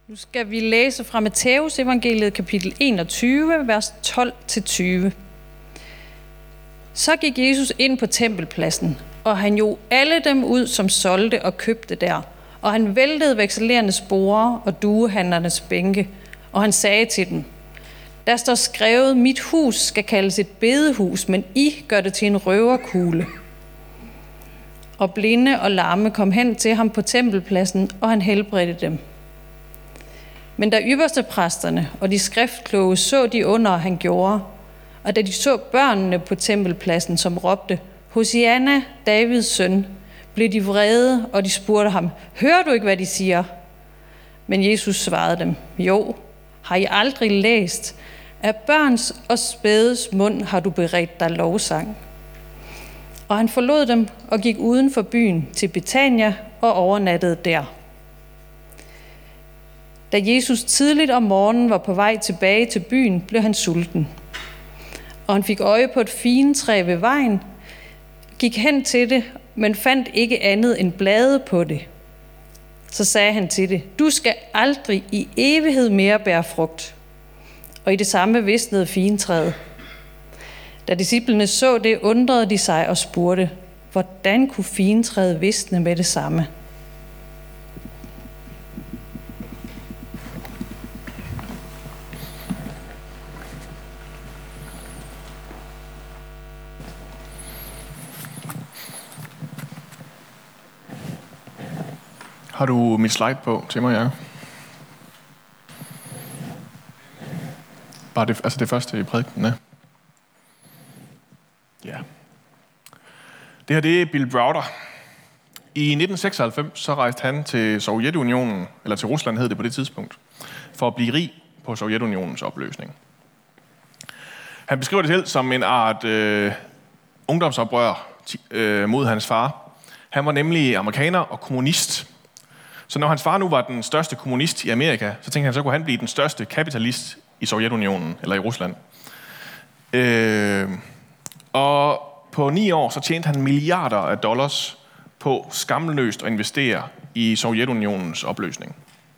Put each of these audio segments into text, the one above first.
Nu skal vi læse fra Matthæus evangeliet kapitel 21, vers 12-20. Så gik Jesus ind på tempelpladsen, og han jog alle dem ud, som solgte og købte der. Og han væltede vekselerernes borde og duehandlernes bænke, og han sagde til dem: Der står skrevet, mit hus skal kaldes et bedehus, men I gør det til en røverkugle. Og blinde og lamme kom hen til ham på tempelpladsen, og han helbredte dem. Men da ypperstepræsterne og de skriftkloge så de under, han gjorde, og da de så børnene på tempelpladsen, som råbte, Hosianna, Davids søn, blev de vrede, og de spurgte ham, hører du ikke, hvad de siger? Men Jesus svarede dem, jo, har I aldrig læst, af børns og spædes mund har du beredt dig lovsang. Og han forlod dem og gik uden for byen til Betania og overnattede der. Da Jesus tidligt om morgenen var på vej tilbage til byen, blev han sulten. Og han fik øje på et figentræ ved vejen, gik hen til det, men fandt ikke andet end blade på det. Så sagde han til det, du skal aldrig i evighed mere bære frugt. Og i det samme visnede figentræet. Da disciplene så det, undrede de sig og spurgte, hvordan kunne figentræet visne med det samme? Har du mit slide på til mig, Jacob? Bare det første i prædiken, ja. Ja. Det her, det er Bill Browder. I 1996 så rejste han til Sovjetunionen, eller til Rusland hed det på det tidspunkt, for at blive rig på Sovjetunionens opløsning. Han beskriver det selv som en art ungdomsoprør mod hans far. Han var nemlig amerikaner og kommunist. Så når hans far nu var den største kommunist i Amerika, så tænkte han, så kunne han blive den største kapitalist i Sovjetunionen, eller i Rusland. Og på 9 år, så tjente han milliarder af dollars på skamløst at investere i Sovjetunionens opløsning.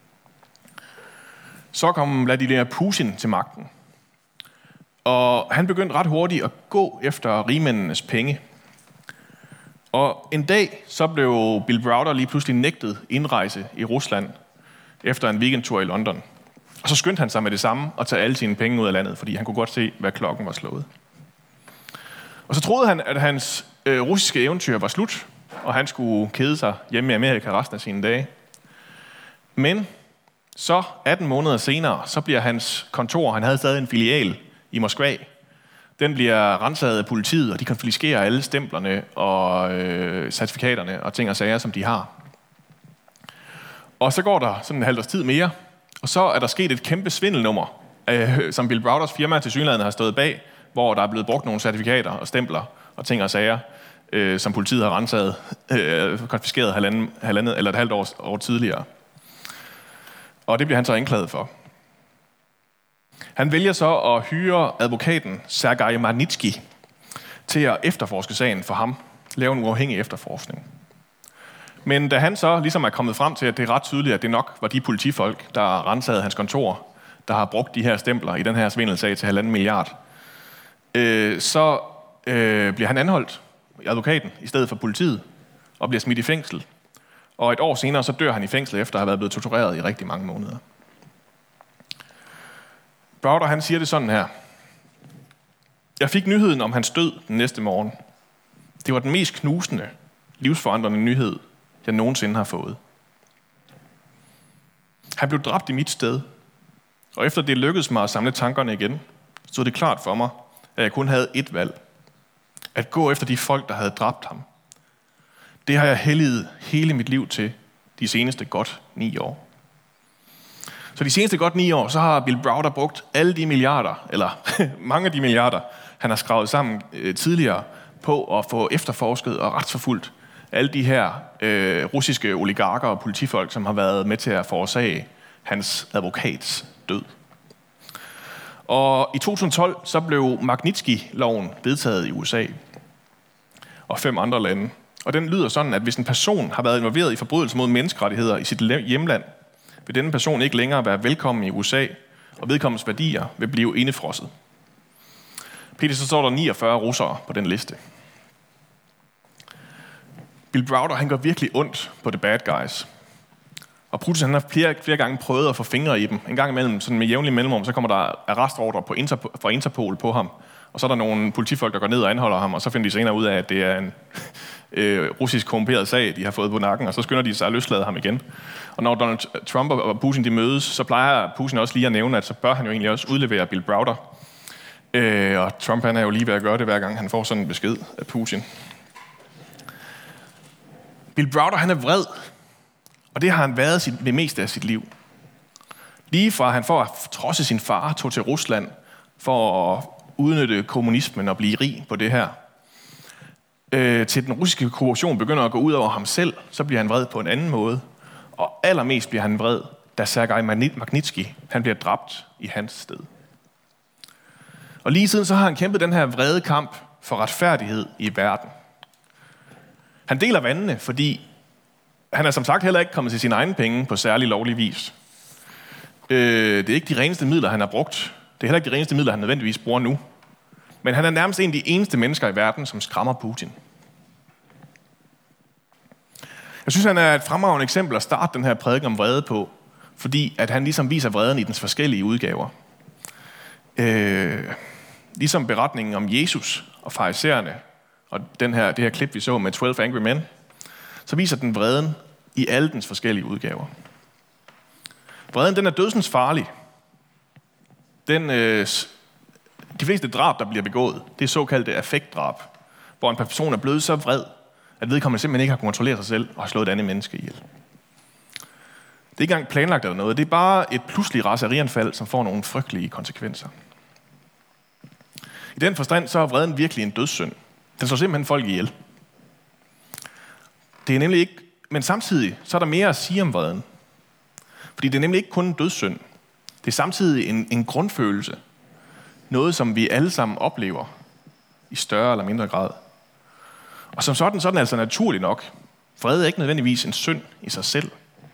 Så kom Vladimir Putin til magten. Og han begyndte ret hurtigt at gå efter rigmændenes penge. Og en dag, så blev Bill Browder lige pludselig nægtet indrejse i Rusland efter en weekendtur i London. Og så skyndte han sig med det samme og tage alle sine penge ud af landet, fordi han kunne godt se, hvad klokken var slået. Og så troede han, at hans russiske eventyr var slut, og han skulle kede sig hjemme i Amerika resten af sine dage. Men så 18 måneder senere, så bliver hans kontor, han havde stadig en filial i Moskva, den bliver renset af politiet, og de konfiskerer alle stemplerne og certifikaterne og ting og sager, som de har. Og så går der sådan en halvt års tid mere, og så er der sket et kæmpe svindelnummer, som Bill Browders firma til synligheden har stået bag, hvor der er blevet brugt nogle certifikater og stempler og ting og sager, som politiet har renset, konfiskeret halvandet eller et halvt år tidligere. Og det bliver han så anklaget for. Han vælger så at hyre advokaten Sergej Magnitsky til at efterforske sagen for ham, lave en uafhængig efterforskning. Men da han så ligesom er kommet frem til, at det er ret tydeligt, at det nok var de politifolk, der rensede hans kontor, der har brugt de her stempler i den her svindelsag til 1,5 milliard, så bliver han anholdt, advokaten, i stedet for politiet, og bliver smidt i fængsel. Og et år senere, så dør han i fængsel, efter at have været blevet tortureret i rigtig mange måneder. Browder, han siger det sådan her. Jeg fik nyheden om hans død den næste morgen. Det var den mest knusende, livsforandrende nyhed, jeg nogensinde har fået. Han blev dræbt i mit sted, og efter det lykkedes mig at samle tankerne igen, stod det klart for mig, at jeg kun havde ét valg. At gå efter de folk, der havde dræbt ham. Det har jeg helliget hele mit liv til de seneste godt 9 år. Så de seneste godt 9 år, så har Bill Browder brugt alle de milliarder, eller mange af de milliarder, han har skravet sammen tidligere, på at få efterforsket og retsforfulgt alle de her russiske oligarker og politifolk, som har været med til at forårsage hans advokats død. Og i 2012, så blev Magnitsky-loven vedtaget i USA og 5 andre lande. Og den lyder sådan, at hvis en person har været involveret i forbrydelser mod menneskerettigheder i sit hjemland, vil denne person ikke længere være velkommen i USA, og vedkommens værdier vil blive indefrosset. Peter, så står der 49 russere på den liste. Bill Browder, han gør virkelig ondt på the bad guys. Og Putin, han har flere gange prøvet at få fingre i dem. En gang imellem, sådan med jævnlig mellemrum, så kommer der arrestordre fra Interpol på ham. Og så er der nogle politifolk, der går ned og anholder ham, og så finder de senere ud af, at det er en russisk korrumperet sag, de har fået på nakken, og så skynder de sig at løslade ham igen. Og når Donald Trump og Putin de mødes, så plejer Putin også lige at nævne, at så bør han jo egentlig også udlevere Bill Browder. Og Trump, han er jo lige ved at gøre det, hver gang han får sådan en besked af Putin. Bill Browder, han er vred, og det har han været det meste af sit liv. Lige fra han for at trodse sin far tog til Rusland for at udnytte kommunismen og blive rig på det her, til den russiske korruption begynder at gå ud over ham selv, så bliver han vred på en anden måde. Og allermest bliver han vred, da Sergej Magnitsky, han bliver dræbt i hans sted. Og lige siden så har han kæmpet den her vrede kamp for retfærdighed i verden. Han deler vandene, fordi han er som sagt heller ikke kommet til sine egne penge på særlig lovlig vis. Det er ikke de reneste midler, han har brugt. Det er heller ikke de reneste midler, han nødvendigvis bruger nu. Men han er nærmest en af de eneste mennesker i verden, som skræmmer Putin. Jeg synes, han er et fremragende eksempel at starte den her prædiken om vrede på, fordi at han ligesom viser vreden i dens forskellige udgaver. Ligesom beretningen om Jesus og farisæerne, og det her klip, vi så med 12 Angry Men, så viser den vreden i alle dens forskellige udgaver. Vreden, den er dødsens farlig. De fleste drab, der bliver begået, det er såkaldte affektdrab, hvor en person er blevet så vred, at vedkommende simpelthen ikke har kontrolleret sig selv og har slået et andet menneske ihjel. Det er ikke engang planlagt eller noget. Det er bare et pludseligt raserianfald, som får nogle frygtelige konsekvenser. I den forstand, så er vreden virkelig en dødssynd. Den slår simpelthen folk ihjel. Det er nemlig ikke, men samtidig så er der mere at sige om vreden. Fordi det er nemlig ikke kun en dødssynd. Det er samtidig en grundfølelse. Noget, som vi alle sammen oplever i større eller mindre grad. Og som sådan, så er den altså naturlig nok. Vrede er ikke nødvendigvis en synd i sig selv.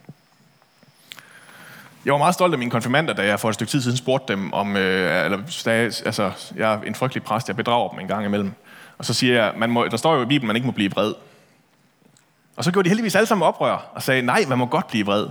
Jeg var meget stolt af mine konfirmander, da jeg for et stykke tid siden spurgte dem om, jeg er en frygtelig præst, jeg bedrager dem en gang imellem. Og så siger jeg, der står jo i Bibelen, man ikke må blive vred. Og så gjorde de heldigvis alle sammen oprør og sagde, nej, man må godt blive vred.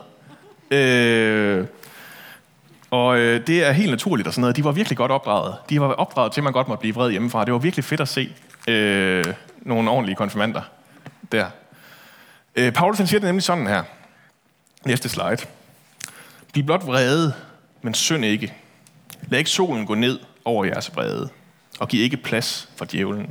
Det er helt naturligt og sådan noget. De var virkelig godt opdraget. De var opdraget til, at man godt måtte blive vred hjemmefra. Det var virkelig fedt at se nogle ordentlige konfirmander der. Paulus siger det nemlig sådan her. Næste slide. Bliv blot vrede, men synd ikke. Lad ikke solen gå ned over jeres vrede, og giv ikke plads for djævlen.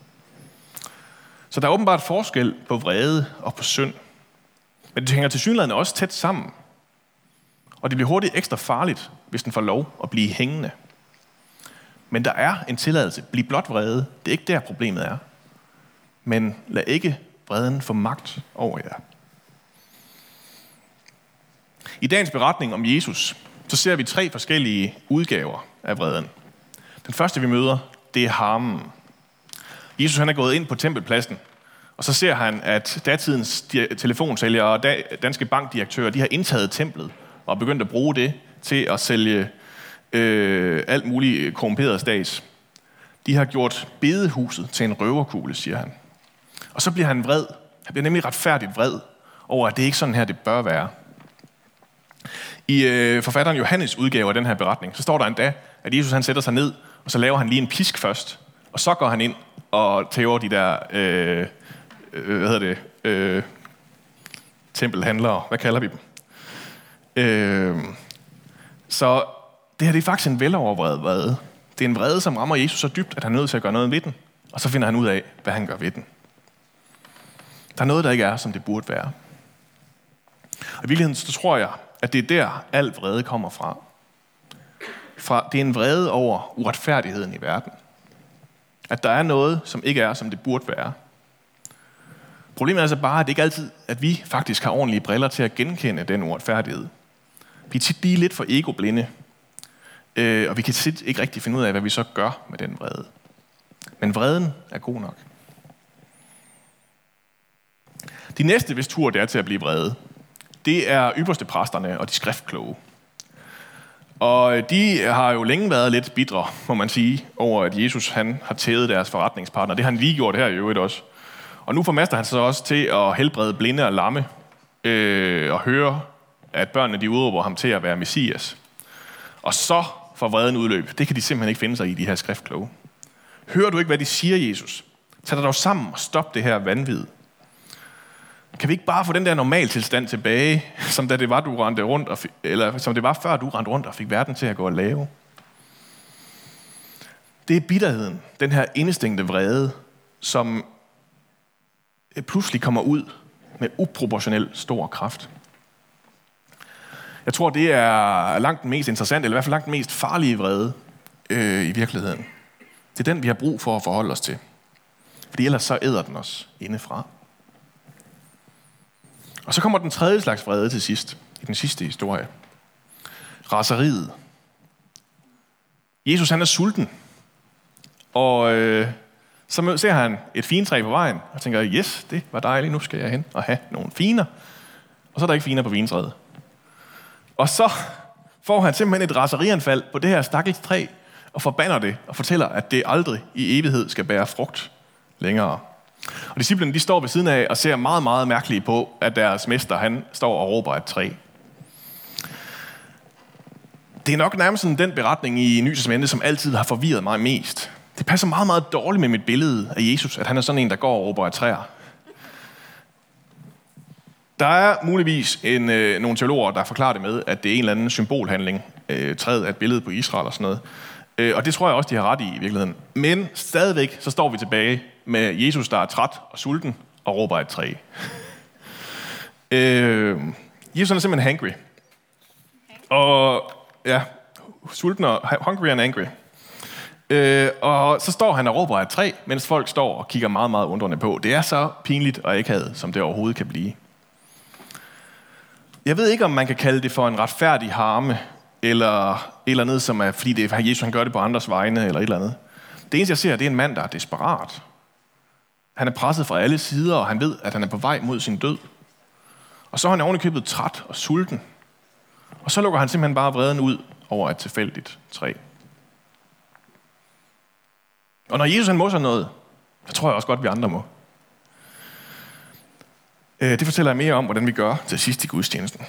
Så der er åbenbart forskel på vrede og på synd. Men det hænger tilsyneladende også tæt sammen. Og det bliver hurtigt ekstra farligt, hvis den får lov at blive hængende. Men der er en tilladelse. Bliv blot vrede. Det er ikke der, problemet er. Men lad ikke vreden få magt over jer. I dagens beretning om Jesus, så ser vi 3 forskellige udgaver af vreden. Den første, vi møder, det er harmen. Jesus, han er gået ind på tempelpladsen, og så ser han, at datidens telefonsælgere og danske bankdirektører, de har indtaget templet og begyndt at bruge det til at sælge alt muligt korrumperet stads. De har gjort bedehuset til en røverkugle, siger han. Og så bliver han vred. Han bliver nemlig retfærdigt vred over, at det ikke sådan her, det bør være. I forfatteren Johannes udgave af den her beretning, så står der endda, at Jesus han sætter sig ned, og så laver han lige en pisk først. Og så går han ind og tæver de der, tempelhandlere. Hvad kalder vi dem? Så det her det er faktisk en velovervejet vrede. Det er en vrede, som rammer Jesus så dybt, at han er nødt til at gøre noget ved den. Og så finder han ud af, hvad han gør ved den. Der er noget, der ikke er, som det burde være. Og i virkeligheden så tror jeg, at det er der, al vrede kommer fra. Det er en vrede over uretfærdigheden i verden. At der er noget, som ikke er, som det burde være. Problemet er altså bare, at det ikke altid, at vi faktisk har ordentlige briller til at genkende den uretfærdighed. Vi er tit lige lidt for egoblinde, og vi kan tit ikke rigtig finde ud af, hvad vi så gør med den vrede. Men vreden er god nok. De næste, hvis tur det er til at blive vrede, det er ypperstepræsterne og de skriftkloge. Og de har jo længe været lidt bitre, må man sige, over at Jesus han har tævet deres forretningspartner. Det har han lige gjort her i øvrigt også. Og nu formaster han sig også til at helbrede blinde og lamme, og høre, at børnene de udråber ham til at være Messias. Og så får vreden udløb. Det kan de simpelthen ikke finde sig i, de her skriftkloge. Hører du ikke, hvad de siger, Jesus? Tag dig dog sammen og stop det her vanvid. Kan vi ikke bare få den der normaltilstand tilbage, som da det var, du rendte rundt, eller som det var, før du rendte rundt og fik verden til at gå og lave? Det er bitterheden, den her indestængte vrede, som pludselig kommer ud med uproportionel stor kraft. Jeg tror, det er langt den mest interessante, eller i hvert fald langt den mest farlige vrede i virkeligheden. Det er den, vi har brug for at forholde os til. Fordi ellers så æder den os indefra. Og så kommer den tredje slags vrede til sidst, i den sidste historie. Raseriet. Jesus han er sulten, og så ser han et fintræ på vejen, og tænker, yes, det var dejligt, nu skal jeg hen og have nogle finer. Og så er der ikke finer på vintræet. Og så får han simpelthen et raserianfald på det her stakkels træ, og forbander det, og fortæller, at det aldrig i evighed skal bære frugt længere. Og disciplene, de står ved siden af og ser meget, meget mærkelige på, at deres mester, han står og råber et træ. Det er nok nærmest sådan den beretning i Nye Testamentet, som altid har forvirret mig mest. Det passer meget, meget dårligt med mit billede af Jesus, at han er sådan en, der går og råber et træer. Der er muligvis nogle teologer, der forklarer det med, at det er en eller anden symbolhandling. Træet er et billede på Israel og sådan noget. Og det tror jeg også, de har ret i virkeligheden. Men stadigvæk, så står vi tilbage med Jesus, der er træt og sulten og råber et træ. Jesus er simpelthen hangry. Og ja, sulten og hungry and angry. Og så står han og råber et træ, mens folk står og kigger meget, meget undrende på. Det er så pinligt og akavet, som det overhovedet kan blive. Jeg ved ikke, om man kan kalde det for en retfærdig harme, eller noget, som er, fordi det er Jesus, han gør det på andres vegne, eller et eller andet. Det eneste, jeg ser, det er en mand, der er desperat. Han er presset fra alle sider, og han ved, at han er på vej mod sin død. Og så er han ovenikøbet træt og sulten. Og så lukker han simpelthen bare vreden ud over et tilfældigt træ. Og når Jesus han må sådan noget, så tror jeg også godt, vi andre må. Det fortæller jeg mere om, hvordan vi gør til sidst i gudstjenesten.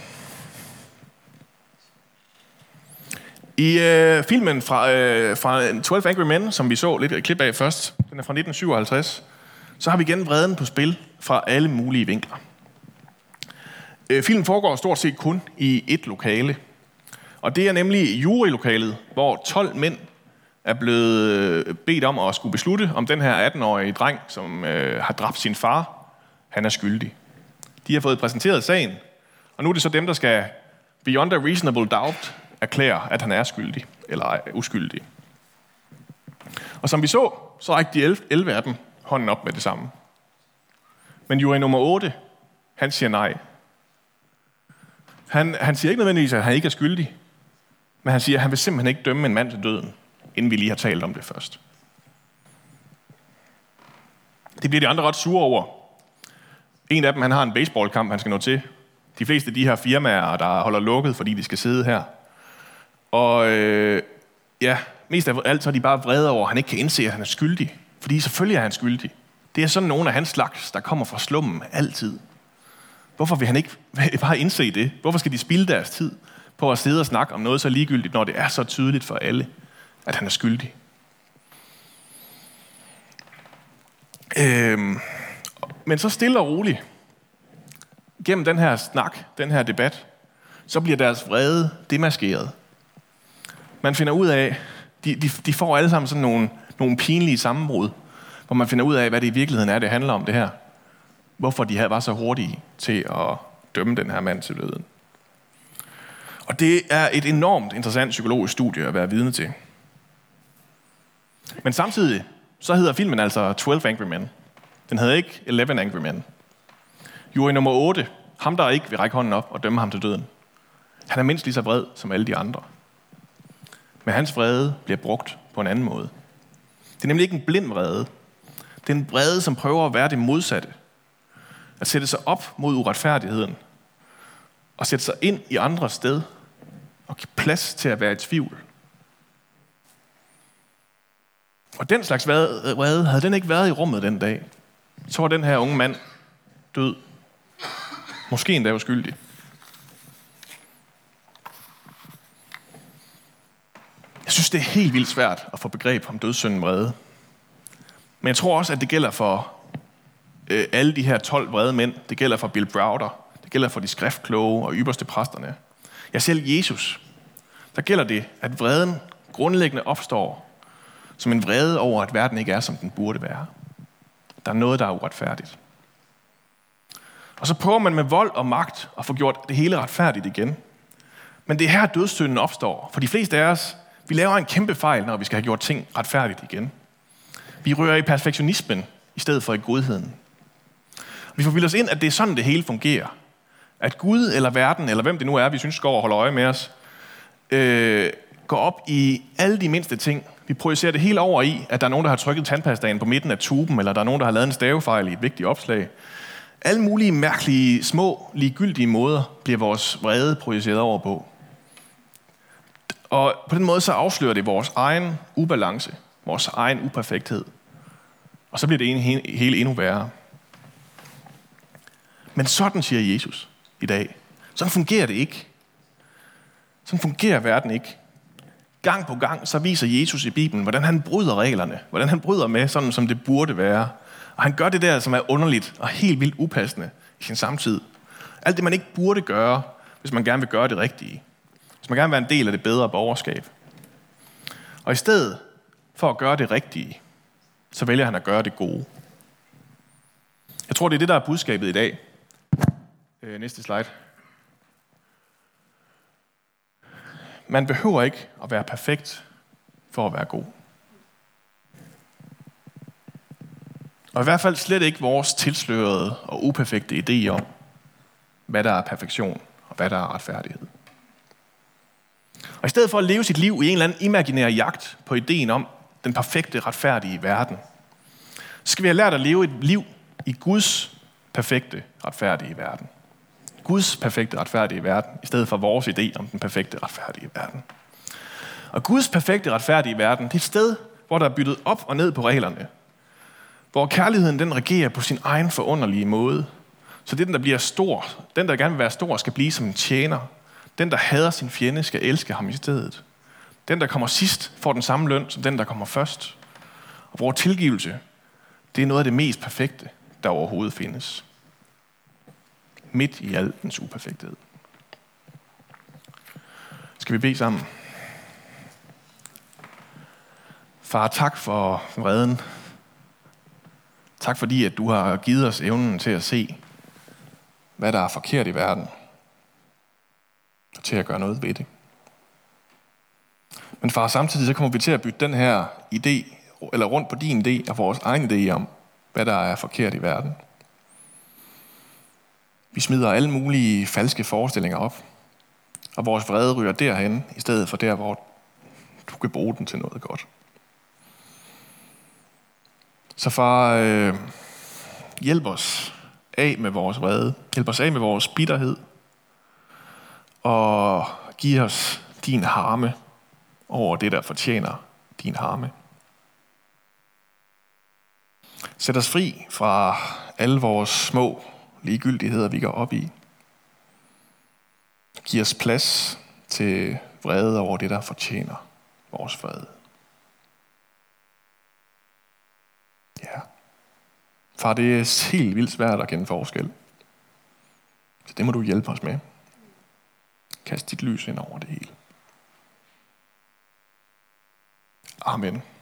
I filmen fra 12 Angry Men, som vi så lidt et klip af først, den er fra 1957, så har vi igen vreden på spil fra alle mulige vinkler. Filmen foregår stort set kun i et lokale, og det er nemlig jurylokalet, hvor 12 mænd er blevet bedt om at skulle beslutte, om den her 18-årige dreng, som har dræbt sin far, han er skyldig. De har fået præsenteret sagen, og nu er det så dem, der skal beyond a reasonable doubt erklære, at han er skyldig, eller er uskyldig. Og som vi så rækte de 11 af dem hånden op med det samme. Men jury nummer 8, han siger nej. Han siger ikke nødvendigvis, at han ikke er skyldig, men han siger, at han vil simpelthen ikke dømme en mand til døden, inden vi lige har talt om det først. Det bliver de andre ret sure over. En af dem, han har en baseballkamp, han skal nå til. De fleste af de her firmaer, der holder lukket, fordi de skal sidde her. Og mest af alt så er de bare vrede over, at han ikke kan indse, at han er skyldig. Fordi selvfølgelig er han skyldig. Det er sådan nogle af hans slags, der kommer fra slummen altid. Hvorfor vil han ikke bare indse det? Hvorfor skal de spilde deres tid på at sidde og snakke om noget så ligegyldigt, når det er så tydeligt for alle, at han er skyldig? Men så stille og roligt, gennem den her snak, den her debat, så bliver deres vrede demaskeret. Man finder ud af, de får alle sammen sådan nogle pinlige sammenbrud, hvor man finder ud af, hvad det i virkeligheden er, det handler om det her. Hvorfor de var så hurtige til at dømme den her mand til døden. Og det er et enormt interessant psykologisk studie at være vidne til. Men samtidig, så hedder filmen altså 12 Angry Men. Den hedder ikke 11 Angry Men. Jury nummer 8, ham der ikke vil række hånden op og dømme ham til døden, han er mindst lige så vred som alle de andre. Men hans vrede bliver brugt på en anden måde. Det er nemlig ikke en blind vrede. Det er en vrede, som prøver at være det modsatte. At sætte sig op mod uretfærdigheden. at sætte sig ind i andres sted og give plads til at være i tvivl. Og den slags vrede, havde den ikke været i rummet den dag, så var den her unge mand død. Måske endda uskyldig. Jeg synes, det er helt vildt svært at få begreb om dødssynden vrede. Men jeg tror også, at det gælder for alle de her 12 vrede mænd. Det gælder for Bill Browder. Det gælder for de skriftkloge og ypperste præsterne. Ja, selv Jesus. Der gælder det, at vreden grundlæggende opstår som en vrede over, at verden ikke er, som den burde være. Der er noget, der er uretfærdigt. Og så prøver man med vold og magt at få gjort det hele retfærdigt igen. Men det er her, dødssynden opstår. For de fleste af os, vi laver en kæmpe fejl, når vi skal have gjort ting retfærdigt igen. Vi rører i perfektionismen i stedet for i godheden. Vi får bildet os ind, at det er sådan, det hele fungerer. At Gud eller verden, eller hvem det nu er, vi synes går og holder øje med os, går op i alle de mindste ting. Vi projicerer det hele over i, at der er nogen, der har trykket tandpastaen på midten af tuben, eller der er nogen, der har lavet en stavefejl i et vigtigt opslag. Alle mulige mærkelige, små, ligegyldige måder bliver vores vrede projiceret over på. Og på den måde så afslører det vores egen ubalance, vores egen uperfekthed. Og så bliver det hele endnu værre. Men sådan siger Jesus i dag. Sådan fungerer det ikke. Sådan fungerer verden ikke. Gang på gang så viser Jesus i Bibelen, hvordan han bryder reglerne. Hvordan han bryder med, sådan som det burde være. Og han gør det der, som er underligt og helt vildt upassende i sin samtid. Alt det, man ikke burde gøre, hvis man gerne vil gøre det rigtige. Hvis man gerne vil være en del af det bedre borgerskab. Og i stedet for at gøre det rigtige, så vælger han at gøre det gode. Jeg tror, det er det, der er budskabet i dag. Næste slide. Man behøver ikke at være perfekt for at være god. Og i hvert fald slet ikke vores tilslørede og uperfekte idé om, hvad der er perfektion og hvad der er retfærdighed. Og i stedet for at leve sit liv i en eller anden imaginær jagt på ideen om den perfekte, retfærdige verden, så skal vi have lært at leve et liv i Guds perfekte, retfærdige verden. Guds perfekte, retfærdige verden, i stedet for vores idé om den perfekte, retfærdige verden. Og Guds perfekte, retfærdige verden, det er et sted, hvor der er byttet op og ned på reglerne. Hvor kærligheden, den regerer på sin egen forunderlige måde. Så det, den der bliver stor, den der gerne vil være stor, skal blive som en tjener. Den, der hader sin fjende, skal elske ham i stedet. Den, der kommer sidst, får den samme løn som den, der kommer først. Og hvor tilgivelse, det er noget af det mest perfekte, der overhovedet findes. Midt i al dens uperfekthed. Skal vi bede sammen? Far, tak for vreden. Tak fordi, at du har givet os evnen til at se, hvad der er forkert i verden. Og til at gøre noget ved det. Men far, samtidig så kommer vi til at bytte den her idé, eller rundt på din idé og vores egen idé om, hvad der er forkert i verden. Vi smider alle mulige falske forestillinger op, og vores vrede ryger derhen, i stedet for der, hvor du kan bruge den til noget godt. Så far, hjælp os af med vores vrede. Hjælp os af med vores bitterhed. Og giv os din harme over det, der fortjener din harme. Sæt os fri fra alle vores små ligegyldigheder, vi går op i. Giv os plads til vrede over det, der fortjener vores vrede. Ja. Far, det er helt vildt svært at kende forskel. Så det må du hjælpe os med. Kast dit lys ind over det hele. Amen.